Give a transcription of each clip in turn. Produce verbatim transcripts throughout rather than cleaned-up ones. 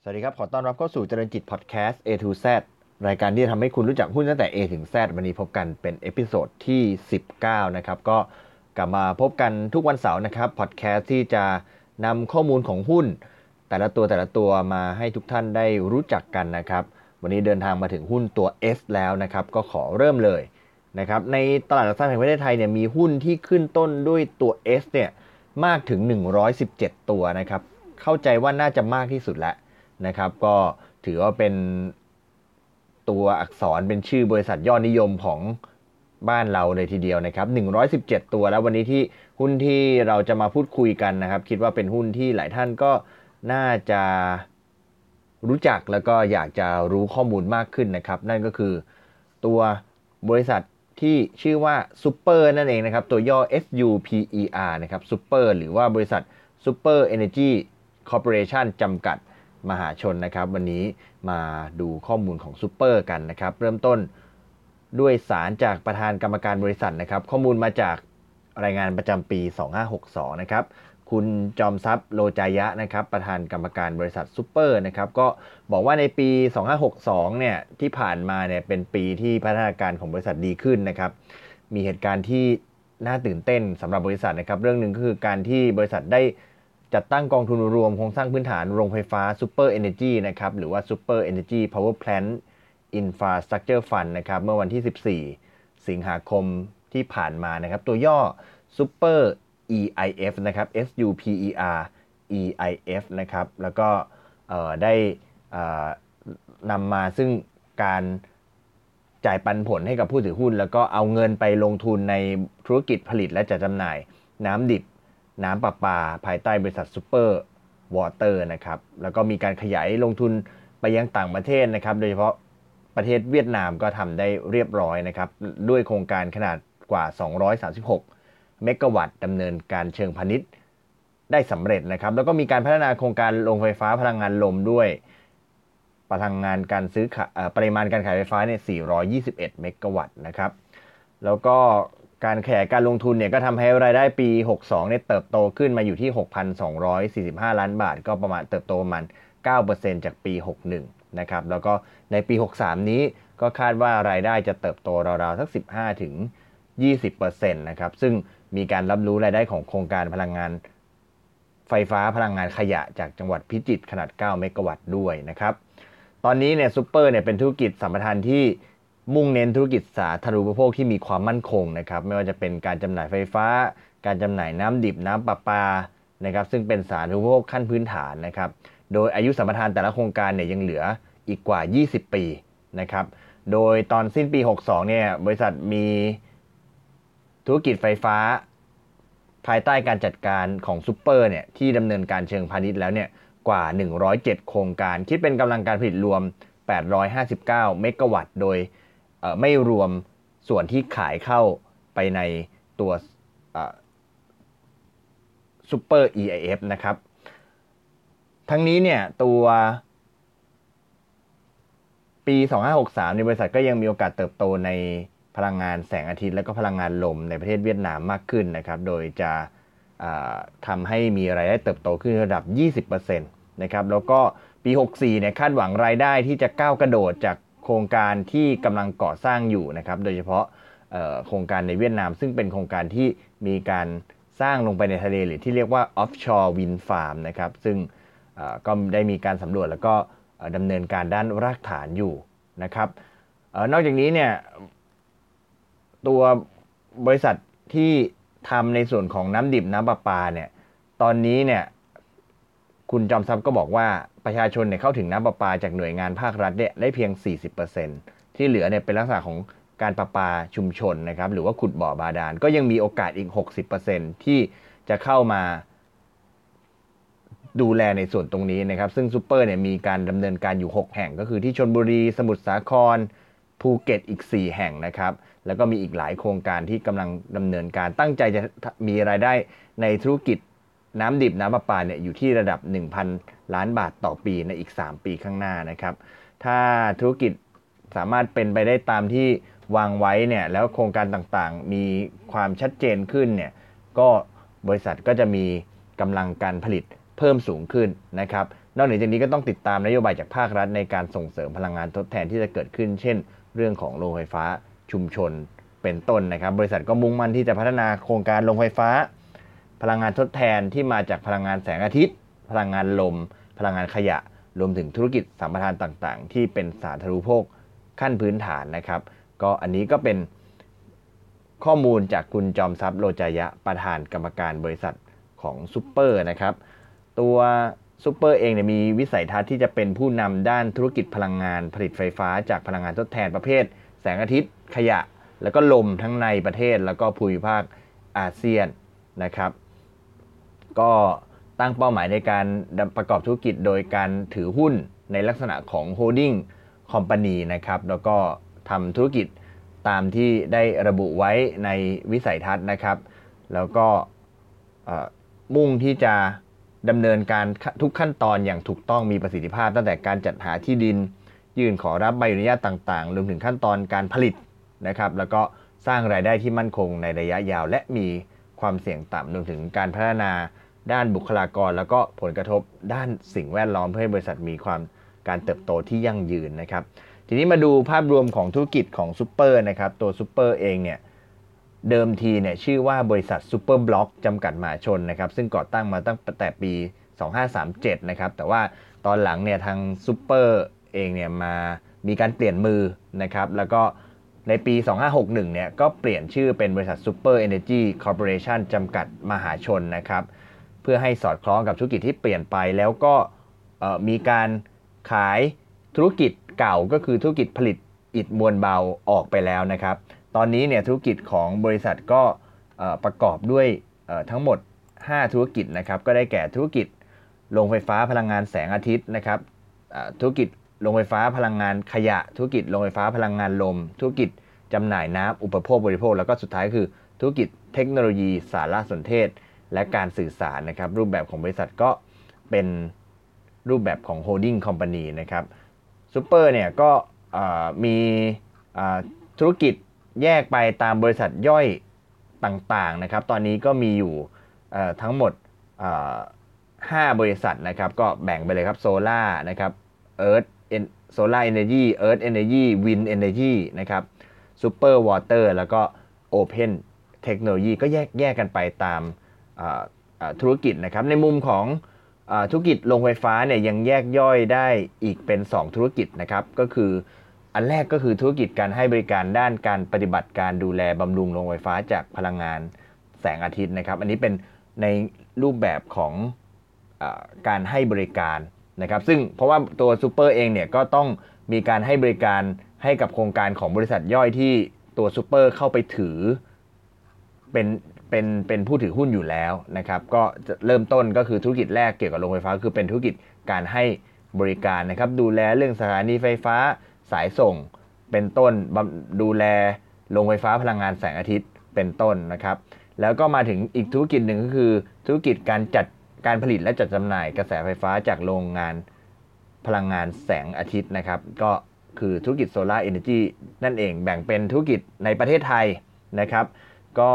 วัสดีครับขอต้อนรับเข้าสู่เจริญจิตพอดแคสต์ A to Z รายการที่ทำให้คุณรู้จักหุ้นตั้งแต่ A ถึง Z วันนี้พบกันเป็นเอพิโซดที่สิบเก้านะครับก็กลับมาพบกันทุกวันเสาร์นะครับพอดแคสต์ที่จะนำข้อมูลของหุ้นแต่ละตัวแต่ละตัวมาให้ทุกท่านได้รู้จักกันนะครับวันนี้เดินทางมาถึงหุ้นตัว S แล้วนะครับก็ขอเริ่มเลยนะครับในตลาดหลักทรัพย์แห่งประเทศไทยเนี่ยมีหุ้นที่ขึ้นต้นด้วยตัว S เนี่ยมากถึงหนึ่งร้อยสิบเจ็ดตัวนะครับเข้าใจว่าน่าจะมากที่สุดแล้วนะครับก็ถือว่าเป็นตัวอักษรเป็นชื่อบริษัทยอดนิยมของบ้านเราเลยทีเดียวนะครับหนึ่งร้อยสิบเจ็ดตัวแล้ววันนี้ที่หุ้นที่เราจะมาพูดคุยกันนะครับคิดว่าเป็นหุ้นที่หลายท่านก็น่าจะรู้จักแล้วก็อยากจะรู้ข้อมูลมากขึ้นนะครับนั่นก็คือตัวบริษัทที่ชื่อว่า Super นั่นเองนะครับตัวย่อ เอส ยู พี อี อาร์ นะครับ Super หรือว่าบริษัท Super Energy Corporation จำกัดมหาชนนะครับวันนี้มาดูข้อมูลของซูเปอร์กันนะครับเริ่มต้นด้วยสารจากประธานกรรมการบริษัทนะครับข้อมูลมาจากรายงานประจำปีสองพันห้าร้อยหกสิบสองนะครับคุณจอมทรัพย์โลจายะนะครับประธานกรรมการบริษัทซูเปอร์นะครับก็บอกว่าในปีสองพันห้าร้อยหกสิบสองเนี่ยที่ผ่านมาเนี่ยเป็นปีที่พัฒนาการของบริษัทดีขึ้นนะครับมีเหตุการณ์ที่น่าตื่นเต้นสำหรับบริษัทนะครับเรื่องหนึ่งก็คือการที่บริษัทได้จัดตั้งกองทุนรวมโครงสร้างพื้นฐานโรงไฟฟ้า Super Energy นะครับหรือว่า Super Energy Power Plant Infrastructure Fund นะครับเมื่อวันที่สิบสี่สิงหาคมที่ผ่านมานะครับตัวย่อ Super อี ไอ เอฟ นะครับ เอส ยู พี อี อาร์ อี ไอ เอฟ นะครับแล้วก็ได้นำมาซึ่งการจ่ายปันผลให้กับผู้ถือหุ้นแล้วก็เอาเงินไปลงทุนในธุรกิจผลิตและจัดจำหน่ายน้ำดิบน้ำประปาภายใต้บริษัทซูเปอร์วอเตอร์นะครับแล้วก็มีการขยายลงทุนไปยังต่างประเทศนะครับโดยเฉพาะประเทศเวียดนามก็ทำได้เรียบร้อยนะครับด้วยโครงการขนาดกว่าสองร้อยสามสิบหกเมกะวัตต์ดำเนินการเชิงพาณิชย์ได้สำเร็จนะครับแล้วก็มีการพัฒนาโครงการโรงไฟฟ้าพลังงานลมด้วยพลังงานการซื้อปริมาณการขายไฟฟ้าเนี่ยสี่ร้อยยี่สิบเอ็ดเมกะวัตต์นะครับแล้วก็การขยายการลงทุนเนี่ยก็ทำให้รายได้ปีหกสิบสองเนี่ยเติบโตขึ้นมาอยู่ที่ หกพันสองร้อยสี่สิบห้า ล้านบาทก็ประมาณเติบโตประมาณ เก้าเปอร์เซ็นต์ จากปีหกสิบเอ็ดนะครับแล้วก็ในปีหกสิบสามนี้ก็คาดว่ารายได้จะเติบโตราวๆสัก สิบห้าถึงยี่สิบเปอร์เซ็นต์ นะครับซึ่งมีการรับรู้รายได้ของโครงการพลังงานไฟฟ้าพลังงานขยะจากจังหวัดพิจิตรขนาดเก้าเมกะวัตต์ด้วยนะครับตอนนี้เนี่ยซูเปอร์เนี่ยเป็นธุรกิจสัมปทานที่มุ่งเน้นธุรกิจสาธารณูปโภคที่มีความมั่นคงนะครับไม่ว่าจะเป็นการจำหน่ายไฟฟ้าการจำหน่ายน้ำดิบน้ำประปานะครับซึ่งเป็นสาธารณูปโภคขั้นพื้นฐานนะครับโดยอายุสัมปทานแต่ละโครงการเนี่ยยังเหลืออีกกว่ายี่สิบปีนะครับโดยตอนสิ้นปีหกสิบสองเนี่ยบริษัทมีธุรกิจไฟฟ้าภายใต้การจัดการของซูเปอร์เนี่ยที่ดำเนินการเชิงพาณิชย์แล้วเนี่ยกว่าหนึ่งร้อยเจ็ดโครงการคิดเป็นกำลังการผลิตรวมแปดร้อยห้าสิบเก้าเมกะวัตต์โดยไม่รวมส่วนที่ขายเข้าไปในตัว Super อี ไอ เอฟ นะครับทั้งนี้เนี่ยตัวปีสองพันห้าร้อยหกสิบสามในบริษัทก็ยังมีโอกาสเติบโตในพลังงานแสงอาทิตย์และก็พลังงานลมในประเทศเวียดนามมากขึ้นนะครับโดยจะทำให้มีรายได้เติบโตขึ้นระดับ ยี่สิบเปอร์เซ็นต์ นะครับแล้วก็ปีหกสิบสี่เนี่ยคาดหวังรายได้ที่จะก้าวกระโดดจากโครงการที่กำลังก่อสร้างอยู่นะครับโดยเฉพาะโครงการในเวียดนามซึ่งเป็นโครงการที่มีการสร้างลงไปในทะเลหรือที่เรียกว่า offshore wind farm นะครับซึ่งก็ได้มีการสำรวจแล้วก็ดำเนินการด้านรากฐานอยู่นะครับนอกจากนี้เนี่ยตัวบริษัทที่ทำในส่วนของน้ำดิบน้ำประปาเนี่ยตอนนี้เนี่ยคุณจอมทรัพย์ก็บอกว่าประชาชนเนี่ยเข้าถึงน้ำประปาจากหน่วยงานภาครัฐเนี่ยได้เพียง สี่สิบเปอร์เซ็นต์ ที่เหลือเนี่ยเป็นลักษณะของการประปาชุมชนนะครับหรือว่าขุดบ่อบาดาลก็ยังมีโอกาสอีก หกสิบเปอร์เซ็นต์ ที่จะเข้ามาดูแลในส่วนตรงนี้นะครับซึ่งซูเปอร์เนี่ยมีการดำเนินการอยู่หกแห่งก็คือที่ชลบุรีสมุทรสาครภูเก็ตอีกสี่แห่งนะครับแล้วก็มีอีกหลายโครงการที่กำลังดำเนินการตั้งใจจะมีรายได้ในธุรกิจน้ำดิบน้ำประปาเนี่ยอยู่ที่ระดับ หนึ่งพัน ล้านบาทต่อปีในอีกสามปีข้างหน้านะครับถ้าธุรกิจสามารถเป็นไปได้ตามที่วางไว้เนี่ยแล้วโครงการต่างๆมีความชัดเจนขึ้นเนี่ยก็บริษัทก็จะมีกำลังการผลิตเพิ่มสูงขึ้นนะครับนอกเหนือจากนี้ก็ต้องติดตามนโยบายจากภาครัฐในการส่งเสริมพลังงานทดแทนที่จะเกิดขึ้นเช่นเรื่องของโรงไฟฟ้าชุมชนเป็นต้นนะครับบริษัทก็มุ่งมั่นที่จะพัฒนาโครงการโรงไฟฟ้าพลังงานทดแทนที่มาจากพลังงานแสงอาทิตย์พลังงานลมพลังงานขยะรวมถึงธุรกิจสัมปทานต่างๆที่เป็นสาธารณูปโภคขั้นพื้นฐานนะครับก็อันนี้ก็เป็นข้อมูลจากคุณจอมทรัพย์โลจายะประธานกรรมการบริษัทของซุปเปอร์นะครับตัวซุปเปอร์เองเนี่ยมีวิสัยทัศน์ที่จะเป็นผู้นำด้านธุรกิจพลังงานผลิตไฟฟ้าจากพลังงานทดแทนประเภทแสงอาทิตย์ขยะแล้วก็ลมทั้งในประเทศแล้วก็ภูมิภาคอาเซียนนะครับก็ตั้งเป้าหมายในการประกอบธุรกิจโดยการถือหุ้นในลักษณะของ holding company นะครับแล้วก็ทำธุรกิจตามที่ได้ระบุไว้ในวิสัยทัศน์นะครับแล้วก็มุ่งที่จะดำเนินการทุกขั้นตอนอย่างถูกต้องมีประสิทธิภาพตั้งแต่การจัดหาที่ดินยื่นขอรับใบอนุญาตต่างๆรวมถึงขั้นตอนการผลิตนะครับแล้วก็สร้างรายได้ที่มั่นคงในระยะยาวและมีความเสี่ยงต่ำรวมถึงการพัฒนาด้านบุคลากรแล้วก็ผลกระทบด้านสิ่งแวดล้อมเพื่อให้บริษัทมีความการเติบโตที่ยั่งยืนนะครับทีนี้มาดูภาพรวมของธุรกิจของซุปเปอร์นะครับตัวซุปเปอร์เองเนี่ยเดิมทีเนี่ยชื่อว่าบริษัทซูเปอร์บล็อกจำกัดมหาชนนะครับซึ่งก่อตั้งมาตั้งแต่ปีสองพันห้าร้อยสามสิบเจ็ดนะครับแต่ว่าตอนหลังเนี่ยทางซุปเปอร์เองเนี่ยมามีการเปลี่ยนมือนะครับแล้วก็ในปีสองพันห้าร้อยหกสิบเอ็ดเนี่ยก็เปลี่ยนชื่อเป็นบริษัท Super Energy Corporation จำกัดมหาชนนะครับเพื่อให้สอดคล้องกับธุรกิจที่เปลี่ยนไปแล้วก็มีการขายธุรกิจเก่าก็คือธุรกิจผลิตอิฐมวลเบาออกไปแล้วนะครับตอนนี้เนี่ยธุรกิจของบริษัทก็ประกอบด้วยทั้งหมดห้าธุรกิจนะครับก็ได้แก่ธุรกิจโรงไฟฟ้าพลังงานแสงอาทิตย์นะครับธุรกิจโรงไฟฟ้าพลังงานขยะธุรกิจโรงไฟฟ้าพลังงานลมธุรกิจจำหน่ายน้ำอุปโภคบริโภคแล้วก็สุดท้ายคือธุรกิจเทคโนโลยีสารสนเทศและการสื่อสารนะครับรูปแบบของบริษัทก็เป็นรูปแบบของ holding company นะครับซุปเปอร์เนี่ยก็มีธุรกิจแยกไปตามบริษัทย่อยต่างๆนะครับตอนนี้ก็มีอยู่ทั้งหมดห้าบริษัทนะครับก็แบ่งไปเลยครับโซล่านะครับเอิร์ธโซล่าเอเนจีเอิร์ธเอเนจีวินเอเนจีนะครับซูเปอร์วอเตอร์แล้วก็โอเพนเทคโนโลยีก็แยกแยกกันไปตามธุรกิจนะครับในมุมของธุรกิจโรงไฟฟ้าเนี่ยยังแยกย่อยได้อีกเป็นสองธุรกิจนะครับก็คืออันแรกก็คือธุรกิจการให้บริการด้านการปฏิบัติการดูแลบำรุงโรงไฟฟ้าจากพลังงานแสงอาทิตย์นะครับอันนี้เป็นในรูปแบบของเอ่อการให้บริการนะครับซึ่งเพราะว่าตัวซูเปอร์เองเนี่ยก็ต้องมีการให้บริการให้กับโครงการของบริษัทย่อยที่ตัวซูเปอร์เข้าไปถือเป็นเป็นเป็นผู้ถือหุ้นอยู่แล้วนะครับก็จะเริ่มต้นก็คือธุรกิจแรกเกี่ยวกับโรงไฟฟ้าคือเป็นธุรกิจการให้บริการนะครับดูแลเรื่องสถานีไฟฟ้าสายส่งเป็นต้นดูแลโรงไฟฟ้าพลังงานแสงอาทิตย์เป็นต้นนะครับแล้วก็มาถึงอีกธุรกิจหนึ่งก็คือธุรกิจการจัดการผลิตและจัดจำหน่ายกระแสไฟฟ้าจากโรงงานพลังงานแสงอาทิตย์นะครับก็คือธุรกิจโซลาร์เอเนจีนั่นเองแบ่งเป็นธุรกิจในประเทศไทยนะครับก็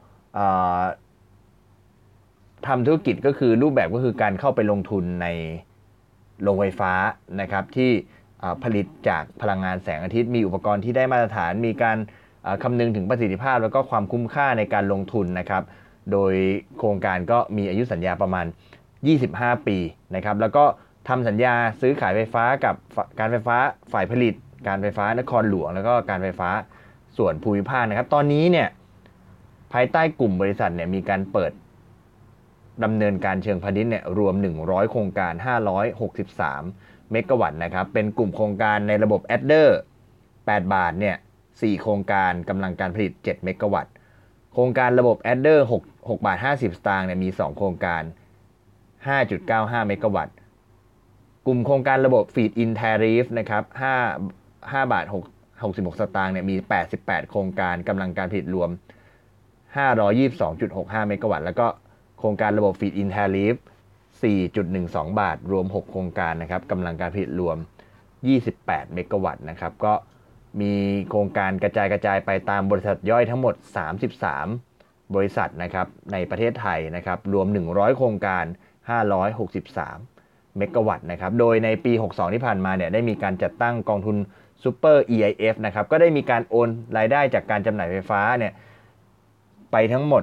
ทำธุรกิจก็คือรูปแบบก็คือการเข้าไปลงทุนในโรงไฟฟ้านะครับที่ผลิตจากพลังงานแสงอาทิตย์มีอุปกรณ์ที่ได้มาตรฐานมีการคำนึงถึงประสิทธิภาพแล้วก็ความคุ้มค่าในการลงทุนนะครับโดยโครงการก็มีอายุสัญญาประมาณยี่สิบห้าปีนะครับแล้วก็ทำสัญญาซื้อขายไฟฟ้ากับการไฟฟ้าฝ่ายผลิตการไฟฟ้านครหลวงแล้วก็การไฟฟ้าส่วนภูมิภาคนะครับตอนนี้เนี่ยภายใต้กลุ่มบริษัทเนี่ยมีการเปิดดำเนินการเชิงพาณิชย์เนี่ยรวมหนึ่งร้อยโครงการห้าร้อยหกสิบสามเมกะวัตต์นะครับเป็นกลุ่มโครงการในระบบ Adder แปดบาทเนี่ยสี่โครงการกำลังการผลิตเจ็ดเมกะวัตต์โครงการระบบ Adder หก หกบาทห้าสิบสตางค์เนี่ยมีสองโครงการ ห้าจุดเก้าห้าเมกะวัตต์กลุ่มโครงการระบบ Feed in Tariff นะครับห้า ห้าบาทหกสิบหกสตางค์เนี่ยมีแปดสิบแปดโครงการกำลังการผลิตรวมห้าร้อยยี่สิบสองจุดหกห้าเมกะวัตต์แล้วก็โครงการระบบ Feed in Tariff สี่จุดหนึ่งสองบาทรวมหกโครงการนะครับกำลังการผลิตรวมยี่สิบแปดเมกะวัตต์นะครับก็มีโครงการกระจายกระจายไปตามบริษัทย่อยทั้งหมดสามสิบสามบริษัทนะครับในประเทศไทยนะครับรวมหนึ่งร้อยโครงการห้าร้อยหกสิบสามเมกะวัตต์นะครับโดยในปีหกสิบสองที่ผ่านมาเนี่ยได้มีการจัดตั้งกองทุนซูเปอร์ อี ไอ เอฟ นะครับก็ได้มีการโอนรายได้จากการจำหน่ายไฟฟ้าเนี่ยไปทั้งหมด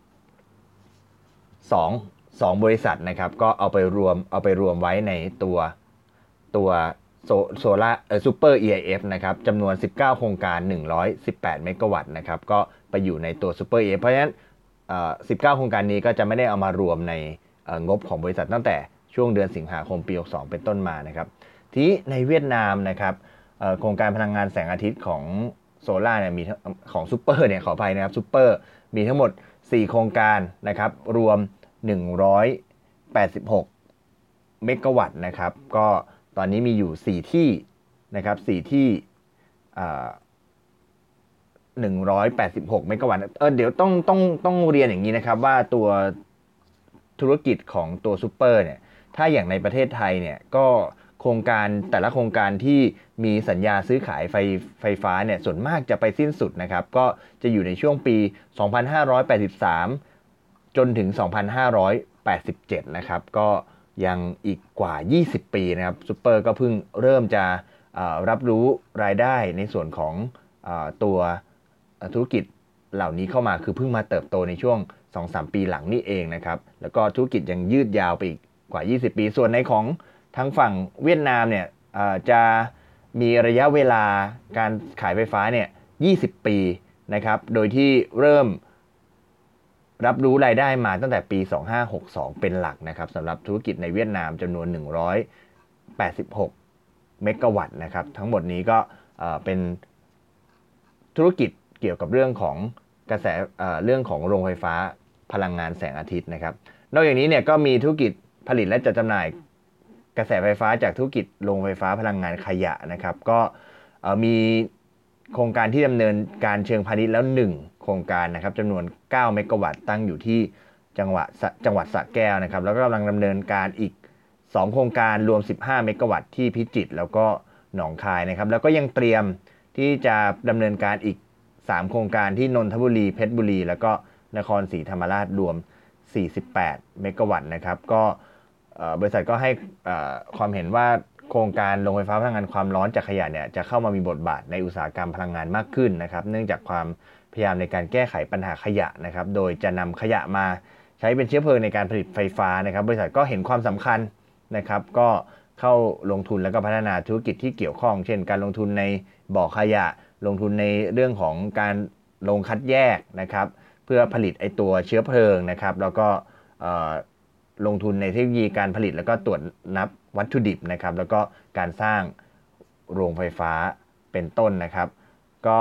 2 2บริษัทนะครับก็เอาไปรวมเอาไปรวมไว้ในตัวตัวโซโซล่าเอ่อซูเปอร์ อี ไอ เอฟ นะครับจำนวนสิบเก้าโครงการหนึ่งร้อยสิบแปดเมกะวัตต์นะครับก็ไปอยู่ในตัวซูเปอร์ อี ไอ เอฟ เพราะฉะนั้นเอ่อสิบเก้าโครงการนี้ก็จะไม่ได้เอามารวมในเอ่องบของบริษัทตั้งแต่ช่วงเดือนสิงหาคมปีหกสิบสองเป็นต้นมานะครับที่ในเวียดนามนะครับเอ่อโครงการพลังงานแสงอาทิตย์ของโซล่าเนี่ยมีของซูเปอร์เนี่ยขออภัยนะครับซูเปอร์มีทั้งหมดสี่โครงการนะครับรวมหนึ่งร้อยแปดสิบหกเมกะวัตต์นะครับก็ตอนนี้มีอยู่สี่ที่นะครับสี่ที่อ่าหนึ่งร้อยแปดสิบหกเมกะวัตต์เออเดี๋ยวต้องต้องต้องเรียนอย่างนี้นะครับว่าตัวธุรกิจของตัวซูเปอร์เนี่ยถ้าอย่างในประเทศไทยเนี่ยก็โครงการแต่ละโครงการที่มีสัญญาซื้อขายไฟไฟฟ้าเนี่ยส่วนมากจะไปสิ้นสุดนะครับก็จะอยู่ในช่วงปีสองพันห้าร้อยแปดสิบสามจนถึงสองพันห้าร้อยแปดสิบเจ็ดนะครับก็ยังอีกกว่ายี่สิบปีนะครับซูเปอร์ก็เพิ่งเริ่มจะรับรู้รายได้ในส่วนของตัวธุรกิจเหล่านี้เข้ามาคือเพิ่งมาเติบโตในช่วง สองถึงสาม ปีหลังนี่เองนะครับแล้วก็ธุรกิจยังยืดยาวไปอีกกว่ายี่สิบปีส่วนในของทางฝั่งเวียดนามเนี่ยจะมีระยะเวลาการขายไฟฟ้าเนี่ยยี่สิบปีนะครับโดยที่เริ่มรับรู้รายได้มาตั้งแต่ปีสองพันห้าร้อยหกสิบสองเป็นหลักนะครับสำหรับธุรกิจในเวียดนามจำนวนหนึ่งร้อยแปดสิบหกเมกะวัตต์นะครับทั้งหมดนี้ก็เป็นธุรกิจเกี่ยวกับเรื่องของกระแสเรื่องของโรงไฟฟ้าพลังงานแสงอาทิตย์นะครับนอกจากนี้เนี่ยก็มีธุรกิจผลิตและจัดจำหน่ายกระแสไฟฟ้าจากธุรกิจโรงไฟฟ้าพลังงานขยะนะครับก็มีโครงการที่ดำเนินการเชิงพาณิชย์แล้วหนึ่งโครงการนะครับจำนวนเก้าเมกะวัตต์ตั้งอยู่ที่จังหวัดจังหวัดสระแก้วนะครับแล้วก็กำลังดำเนินการอีกสองโครงการรวมสิบห้าเมกะวัตต์ที่พิจิตรแล้วก็หนองคายนะครับแล้วก็ยังเตรียมที่จะดำเนินการอีกสามโครงการที่นนทบุรีเพชรบุรีแล้วก็นครศรีธรรมราชรวมสี่สิบแปดเมกะวัตต์นะครับก็บริษัทก็ให้ความเห็นว่าโครงการโรงไฟฟ้าพลังงานความร้อนจากขยะเนี่ยจะเข้ามามีบทบาทในอุตสาหกรรมพลังงานมากขึ้นนะครับเนื่องจากความพยายามในการแก้ไขปัญหาขยะนะครับโดยจะนำขยะมาใช้เป็นเชื้อเพลิงในการผลิตไฟฟ้านะครับบริษัทก็เห็นความสำคัญนะครับก็เข้าลงทุนแล้วก็พัฒนาธุรกิจที่เกี่ยวข้องเช่นการลงทุนในบ่อขยะลงทุนในเรื่องของการลงคัดแยกนะครับเพื่อผลิตไอตัวเชื้อเพลิงนะครับแล้วก็ลงทุนในเทคโนโลยีการผลิตแล้วก็ตรวจนับวัตถุดิบนะครับแล้วก็การสร้างโรงไฟฟ้าเป็นต้นนะครับก็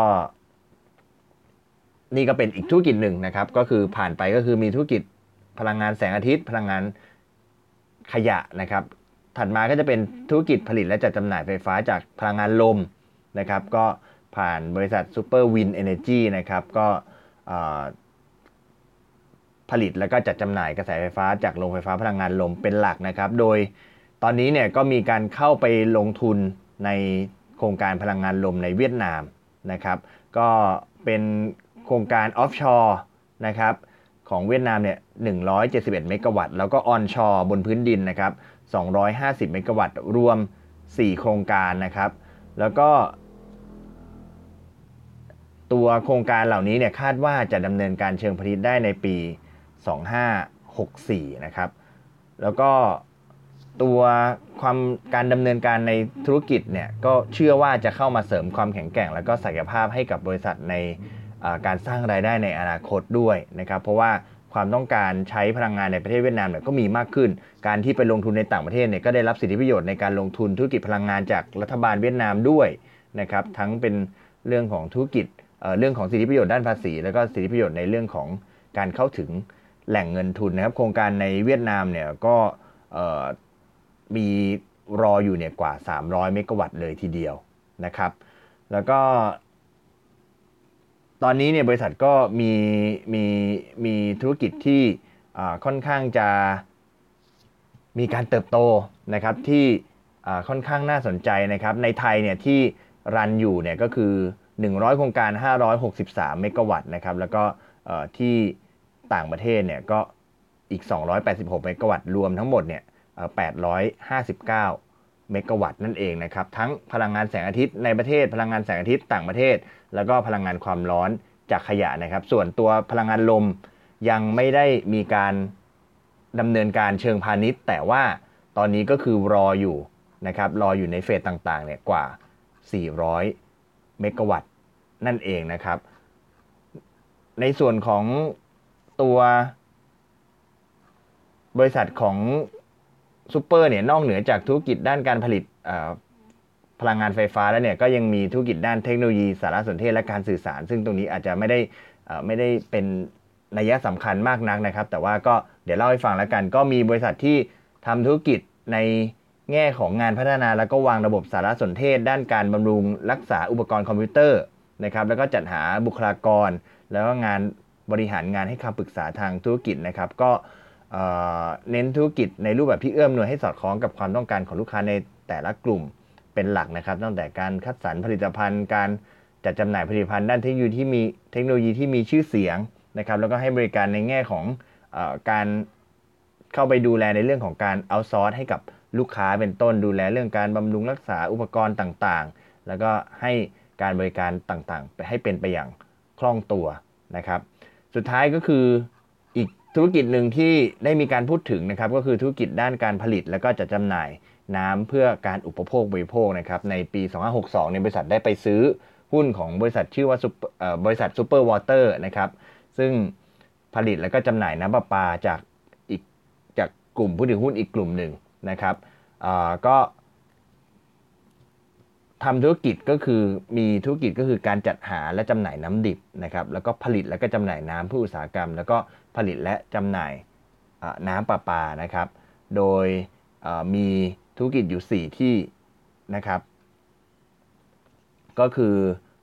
นี่ก็เป็นอีกธุรกิจหนึ่งนะครับก็คือผ่านไปก็คือมีธุรกิจพลังงานแสงอาทิตย์พลังงานขยะนะครับถัดมาก็จะเป็นธุรกิจผลิตและจัดจำหน่ายไฟฟ้าจากพลังงานลมนะครับก็ผ่านบริษัท Super Wind Energy นะครับก็ผลิตแล้วก็จัดจำหน่ายกระแสไฟฟ้าจากโรงไฟฟ้าพลังงานลมเป็นหลักนะครับโดยตอนนี้เนี่ยก็มีการเข้าไปลงทุนในโครงการพลังงานลมในเวียดนามนะครับก็เป็นโครงการออฟชอร์นะครับของเวียดนามเนี่ยหนึ่งร้อยเจ็ดสิบเอ็ดเมกะวัตต์แล้วก็ออนชอร์บนพื้นดินนะครับสองร้อยห้าสิบเมกะวัตต์รวมสี่โครงการนะครับแล้วก็ตัวโครงการเหล่านี้เนี่ยคาดว่าจะดำเนินการเชิงพาณิชย์ได้ในปีสองพันห้าร้อยหกสิบสี่นะครับแล้วก็ตัวความการดำเนินการในธุรกิจเนี่ยก็เชื่อว่าจะเข้ามาเสริมความแข็งแกร่งและก็ศักยภาพให้กับบริษัทในการสร้างรายได้ในอนาคตด้วยนะครับเพราะว่าความต้องการใช้พลังงานในประเทศเวียดนามเนี่ยก็มีมากขึ้นการที่ไปลงทุนในต่างประเทศเนี่ยก็ได้รับสิทธิประโยชน์ในการลงทุนธุรกิจพลังงานจากรัฐบาลเวียดนามด้วยนะครับทั้งเป็นเรื่องของธุรกิจเอ่อเรื่องของสิทธิประโยชน์ด้านภาษีแล้วก็สิทธิประโยชน์ในเรื่องของการเข้าถึงแหล่งเงินทุนนะครับโครงการในเวียดนามเนี่ยก็มีรออยู่เนี่ยกว่าสามร้อยเมกะวัตต์เลยทีเดียวนะครับแล้วก็ตอนนี้เนี่ยบริษัทก็มีมีมีธุรกิจที่ค่อนข้างจะมีการเติบโตนะครับที่ค่อนข้างน่าสนใจนะครับในไทยเนี่ยที่รันอยู่เนี่ยก็คือหนึ่งร้อยโครงการห้าร้อยหกสิบสามเมกะวัตต์นะครับแล้วก็ที่ต่างประเทศเนี่ยก็อีกสองร้อยแปดสิบหกเมกะวัตต์รวมทั้งหมดเนี่ยแปดร้อยห้าสิบเก้าเมกะวัตต์นั่นเองนะครับทั้งพลังงานแสงอาทิตย์ในประเทศพลังงานแสงอาทิตย์ต่างประเทศแล้วก็พลังงานความร้อนจากขยะนะครับส่วนตัวพลังงานลมยังไม่ได้มีการดำเนินการเชิงพาณิชย์แต่ว่าตอนนี้ก็คือรออยู่นะครับรออยู่ในเฟสต่างๆเนี่ยกว่าสี่ร้อยเมกะวัตต์นั่นเองนะครับในส่วนของตัวบริษัทของซูเปอร์เนี่ยนอกเหนือจากธุรกิจด้านการผลิตพลังงานไฟฟ้าแล้วเนี่ยก็ยังมีธุรกิจด้านเทคโนโลยีสารสนเทศและการสื่อสารซึ่งตรงนี้อาจจะไม่ได้ไม่ได้เป็นนัยสำคัญมากนักนะครับแต่ว่าก็เดี๋ยวเล่าให้ฟังแล้วกันก็มีบริษัทที่ทำธุรกิจในแง่ของงานพัฒนาแล้วก็วางระบบสารสนเทศด้านการบำรุงรักษาอุปกรณ์คอมพิวเตอร์นะครับแล้วก็จัดหาบุคลากรแล้วก็งานบริหารงานให้คำปรึกษาทางธุรกิจนะครับก็เน้นธุรกิจในรูปแบบที่เอื้อมหน่วยให้สอดคล้องกับความต้องการของลูกค้าในแต่ละกลุ่มเป็นหลักนะครับตั้งแต่การคัดสรรผลิตภัณฑ์การจัดจำหน่ายผลิตภัณฑ์ด้านเทคโนโลยีที่มีเทคโนโลยีที่มีชื่อเสียงนะครับแล้วก็ให้บริการในแง่ของเอ่อการเข้าไปดูแลในเรื่องของการเอาท์ซอร์สให้กับลูกค้าเป็นต้นดูแลเรื่องการบำรุงรักษาอุปกรณ์ต่างๆแล้วก็ให้การบริการต่างๆไปให้เป็นไปอย่างคล่องตัวนะครับสุดท้ายก็คืออีกธุรกิจหนึ่งที่ได้มีการพูดถึงนะครับก็คือธุรกิจด้านการผลิตแล้วก็จัดจำหน่ายน้ำเพื่อการอุปโภคบริโภคนะครับในปีสองพันห้าร้อยหกสิบสองในบริษัทได้ไปซื้อหุ้นของบริษัทชื่อว่าบริษัทซูเปอร์วอเตอร์นะครับซึ่งผลิตแล้วก็จำหน่ายน้ำประปาจากอีกจากกลุ่มผู้ถือหุ้นอีกกลุ่มหนึ่งนะครับก็ทำธุรกิจก็คือมีธุรกิจก็คือการจัดหาและจำหน่ายน้ำดิบนะครับแล้วก็ผลิตแล้วก็จำหน่ายน้ำเพื่ออุตสาหกรรมแล้วก็ผลิตและจำหน่ายน้ำประปานะครับโดยมีธุรกิจอยู่สี่ที่นะครับก็คือ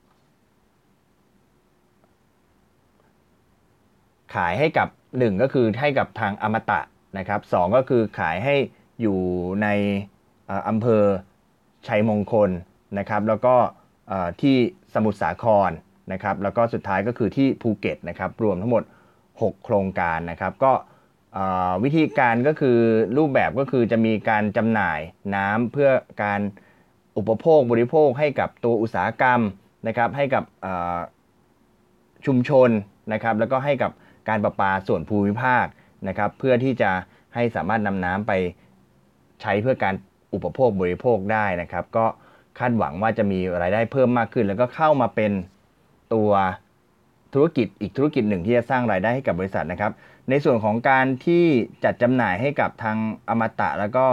ขายให้กับหนึ่งก็คือให้กับทางอมตะนะครับสองก็คือขายให้อยู่ในอำเภอชัยมงคลนะครับแล้วก็ที่สมุทรสาครนะครับแล้วก็สุดท้ายก็คือที่ภูเก็ตนะครับรวมทั้งหมดหกโครงการนะครับก็วิธีการก็คือรูปแบบก็คือจะมีการจำหน่ายน้ำเพื่อการอุปโภคบริโภคให้กับตัวอุตสาหกรรมนะครับให้กับชุมชนนะครับแล้วก็ให้กับการประปาส่วนภูมิภาคนะครับเพื่อที่จะให้สามารถนำน้ำไปใช้เพื่อการอุปโภคบริโภคได้นะครับก็คาดหวังว่าจะมีรายได้เพิ่มมากขึ้นแล้วก็เข้ามาเป็นตัวธุรกิจอีกธุรกิจหนึ่งที่จะสร้างรายได้ให้กับบริษัทนะครับในส่วนของการที่จัดจำหน่ายให้กับทางอมตะแล้วก็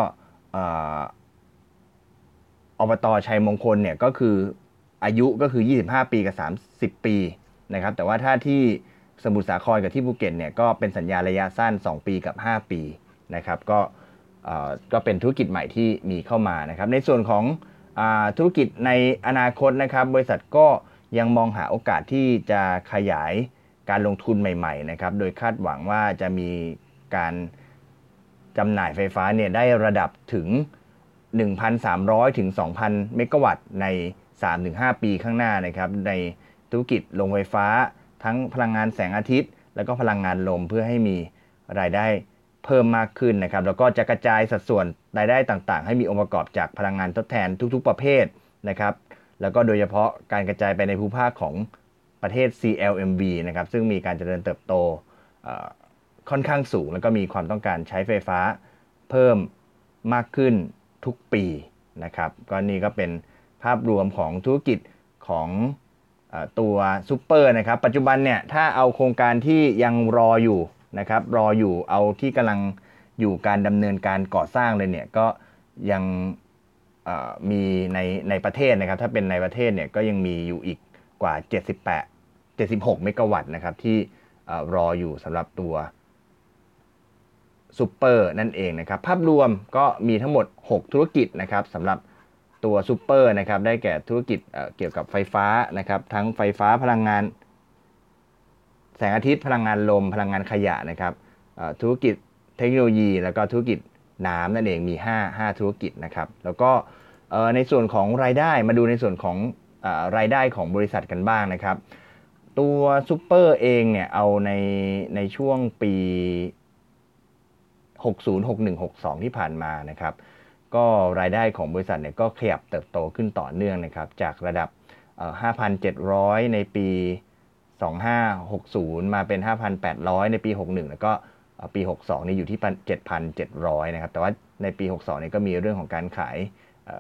อบต.ชัยมงคลเนี่ยก็คืออายุก็คือยี่สิบห้าปีกับสามสิบปีนะครับแต่ว่าถ้าที่สมุทรสาครกับที่ภูเก็ตเนี่ยก็เป็นสัญญาระยะสั้นสองปีกับห้าปีนะครับก็ก็เป็นธุรกิจใหม่ที่มีเข้ามานะครับในส่วนของธุรกิจในอนาคตนะครับบริษัทก็ยังมองหาโอกาสที่จะขยายการลงทุนใหม่ๆนะครับโดยคาดหวังว่าจะมีการจำหน่ายไฟฟ้าเนี่ยได้ระดับถึง หนึ่งพันสามร้อย ถึง สองพัน เมกะวัตต์ใน สามถึงห้า ปีข้างหน้านะครับในธุรกิจโรงไฟฟ้าทั้งพลังงานแสงอาทิตย์แล้วก็พลังงานลมเพื่อให้มีรายได้เพิ่มมากขึ้นนะครับแล้วก็จะกระจายสัดส่วนรายได้ต่างๆให้มีองค์ประกอบจากพลังงานทดแทนทุกๆประเภทนะครับแล้วก็โดยเฉพาะการกระจายไปในภูมิภาคของประเทศ ซี แอล เอ็ม วี นะครับซึ่งมีการเจริญเติบโตค่อนข้างสูงแล้วก็มีความต้องการใช้ไฟฟ้าเพิ่มมากขึ้นทุกปีนะครับก็นี่ก็เป็นภาพรวมของธุรกิจของตัวซูเปอร์นะครับปัจจุบันเนี่ยถ้าเอาโครงการที่ยังรออยู่นะครับรออยู่เอาที่กำลังอยู่การดำเนินการก่อสร้างเลยเนี่ยก็ยังมีในในประเทศนะครับถ้าเป็นในประเทศเนี่ยก็ยังมีอยู่อีกกว่าเจ็ดสิบแปด เจ็ดสิบหกเมกะวัตต์นะครับที่รออยู่สำหรับตัวซูเปอร์นั่นเองนะครับภาพรวมก็มีทั้งหมดหกธุรกิจนะครับสำหรับตัวซูเปอร์นะครับได้แก่ธุรกิจ เอ่อ เกี่ยวกับไฟฟ้านะครับทั้งไฟฟ้าพลังงานแสงอาทิตย์พลังงานลมพลังงานขยะนะครับธุรกิจเทคโนโลยีแล้วก็ธุรกิจน้ำนั่นเองมีห้า ห้าธุรกิจนะครับแล้วก็ในส่วนของรายได้มาดูในส่วนของรายได้ของบริษัทกันบ้างนะครับตัวซูเปอร์เองเนี่ยเอาในในช่วงปีหกสิบ หกสิบเอ็ด หกสิบสองที่ผ่านมานะครับก็รายได้ของบริษัทเนี่ยก็ขยับเติบโตขึ้นต่อเนื่องนะครับจากระดับ ห้าพันเจ็ดร้อย ในปีสองพันห้าร้อยหกสิบมาเป็น ห้าพันแปดร้อย ในปีหกสิบเอ็ดแล้วก็ปีหกสิบสองนี่อยู่ที่ เจ็ดพันเจ็ดร้อย นะครับแต่ว่าในปีหกสิบสองนี่ก็มีเรื่องของการขาย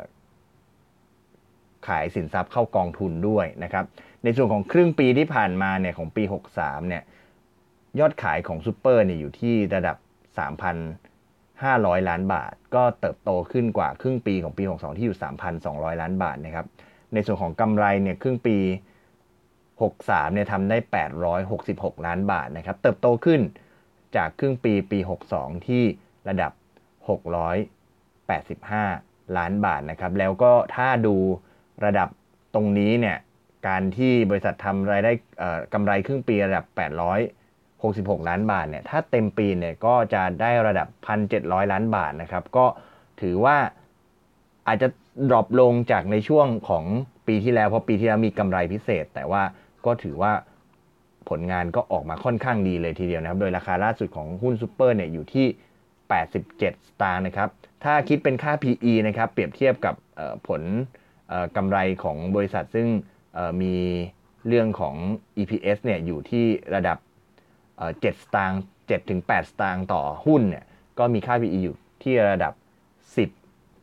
ขายสินทรัพย์เข้ากองทุนด้วยนะครับในส่วนของครึ่งปีที่ผ่านมาเนี่ยของปีหกสิบสามเนี่ยยอดขายของซูเปอร์เนี่ยอยู่ที่ระดับ สามพันห้าร้อย ล้านบาทก็เติบโตขึ้นกว่าครึ่งปีของปีหกสิบสองที่อยู่ สามพันสองร้อย ล้านบาทนะครับในส่วนของกำไรเนี่ยครึ่งปีหกสิบสามเนี่ยทำได้แปดร้อยหกสิบหกล้านบาทนะครับเติบโตขึ้นจากครึ่งปีปีหกสิบสองที่ระดับหกร้อยแปดสิบห้าล้านบาทนะครับแล้วก็ถ้าดูระดับตรงนี้เนี่ยการที่บริษัททำรายได้กำไรครึ่งปีระดับแปดร้อยหกสิบหกล้านบาทเนี่ยถ้าเต็มปีเนี่ยก็จะได้ระดับ หนึ่งพันเจ็ดร้อย ล้านบาทนะครับก็ถือว่าอาจจะดรอปลงจากในช่วงของปีที่แล้วเพราะปีที่แล้วมีกำไรพิเศษแต่ว่าก็ถือว่าผลงานก็ออกมาค่อนข้างดีเลยทีเดียวนะครับโดยราคาล่าสุดของหุ้นซูเปอร์เนี่ยอยู่ที่แปดสิบเจ็ดสตางค์นะครับถ้าคิดเป็นค่า พี อี นะครับเปรียบเทียบกับผลกำไรของบริษัทซึ่งมีเรื่องของ อี พี เอส เนี่ยอยู่ที่ระดับเจ็ดสตางค์เจ็ดถึงแปดสตางค์ต่อหุ้นเนี่ยก็มีค่า พี อี อยู่ที่ระดับสิบ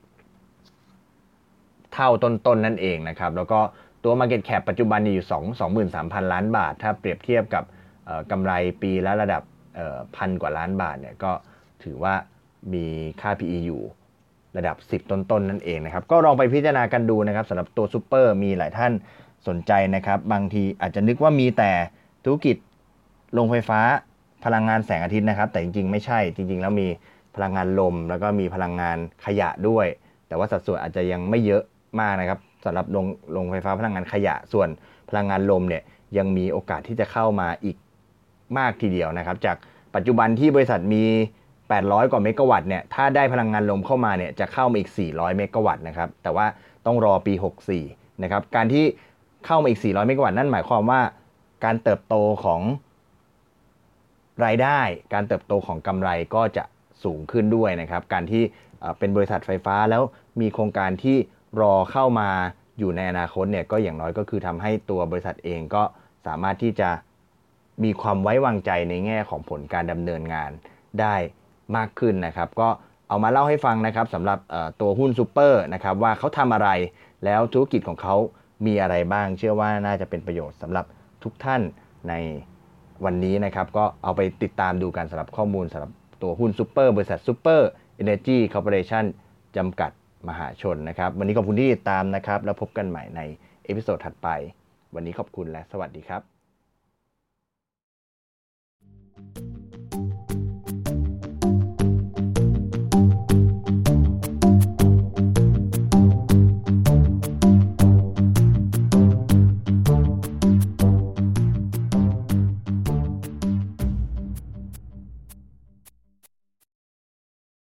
เท่าต้นๆ น, นั่นเองนะครับแล้วก็ตัว Market Cap ปัจจุบันอยู่สองหมื่นสามพัน ล้านบาทถ้าเปรียบเทียบกับกำไรปีละระดับพันกว่าล้านบาทเนี่ยก็ถือว่ามีค่า พี อี อยู่ระดับสิบต้นๆ น, นั่นเองนะครับก็ลองไปพิจารณากันดูนะครับสำหรับตัวซูเปอร์มีหลายท่านสนใจนะครับบางทีอาจจะนึกว่ามีแต่ธุรกิจโรงไฟฟ้าพลังงานแสงอาทิตย์นะครับแต่จริงๆไม่ใช่จริงๆแล้วมีพลังงานลมแล้วก็มีพลังงานขยะด้วยแต่ว่าสัดส่วนอาจจะยังไม่เยอะมากนะครับสำหรับโรงโรงไฟฟ้าพลังงานขยะส่วนพลังงานลมเนี่ยยังมีโอกาสที่จะเข้ามาอีกมากทีเดียวนะครับจากปัจจุบันที่บริษัทมีแปดร้อยกว่าเมกะวัตต์เนี่ยถ้าได้พลังงานลมเข้ามาเนี่ยจะเข้ามาอีกสี่ร้อยเมกะวัตต์นะครับแต่ว่าต้องรอปีหกสิบสี่นะครับการที่เข้ามาอีกสี่ร้อยเมกะวัตต์นั่นหมายความว่าการเติบโตของรายได้การเติบโตของกำไรก็จะสูงขึ้นด้วยนะครับการที่เป็นบริษัทไฟฟ้าแล้วมีโครงการที่รอเข้ามาอยู่ในอนาคตเนี่ยก็อย่างน้อยก็คือทำให้ตัวบริษัทเองก็สามารถที่จะมีความไว้วางใจในแง่ของผลการดำเนินงานได้มากขึ้นนะครับก็เอามาเล่าให้ฟังนะครับสำหรับตัวหุ้นซูเปอร์นะครับว่าเขาทำอะไรแล้วธุรกิจของเขามีอะไรบ้างเชื่อว่าน่าจะเป็นประโยชน์สำหรับทุกท่านในวันนี้นะครับก็เอาไปติดตามดูกันสำหรับข้อมูลสำหรับตัวหุ้นซูเปอร์บริษัทซูเปอร์เอเนอร์จีคอร์ปอเรชั่นจำกัดมหาชนนะครับวันนี้ขอบคุณที่ติดตามนะครับแล้วพบกันใหม่ในเอพิโซดถัดไปวันนี้ขอบคุณและสวัสดีครับ